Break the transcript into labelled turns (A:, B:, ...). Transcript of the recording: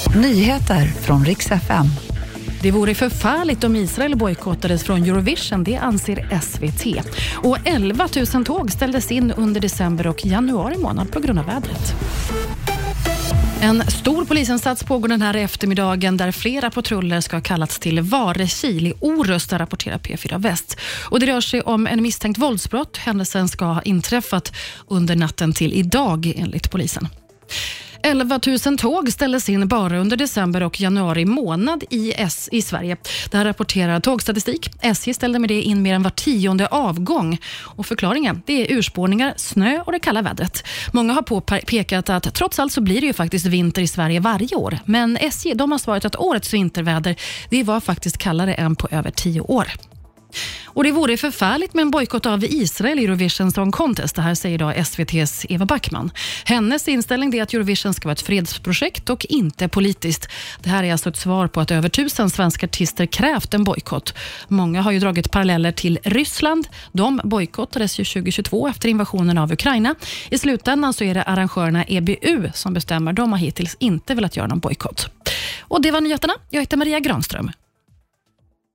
A: Nyheter från Rix FM.
B: Det vore förfärligt om Israel bojkottades från Eurovision, det anser SVT. Och 11 000 tåg ställdes in under december och januari månad på grund av vädret. En stor polisinsats pågår den här eftermiddagen där flera patruller ska ha kallats till Varekil i Orust, rapporterar P4 Väst. Och det rör sig om en misstänkt våldsbrott. Händelsen ska ha inträffat under natten till idag enligt polisen. 11 000 tåg ställdes in bara under december och januari månad i Sverige. Det här rapporterar tågstatistik. SJ ställde med det in mer än var 10:e avgång. Och förklaringen, det är urspårningar, snö och det kalla vädret. Många har påpekat att trots allt så blir det ju faktiskt vinter i Sverige varje år. Men SJ, de har svarat att årets vinterväder, det var faktiskt kallare än på över 10 år. Och det vore förfärligt med en bojkott av Israel i Eurovision Song Contest. Det här säger idag SVT:s Eva Backman. Hennes inställning är att Eurovision ska vara ett fredsprojekt och inte politiskt. Det här är alltså ett svar på att över 1000 svenska artister krävt en bojkott. Många har ju dragit paralleller till Ryssland. De bojkottades ju 2022 efter invasionen av Ukraina. I slutändan så är det arrangörerna EBU som bestämmer. De har hittills inte velat göra någon bojkott. Och det var nyheterna. Jag heter Maria Granström.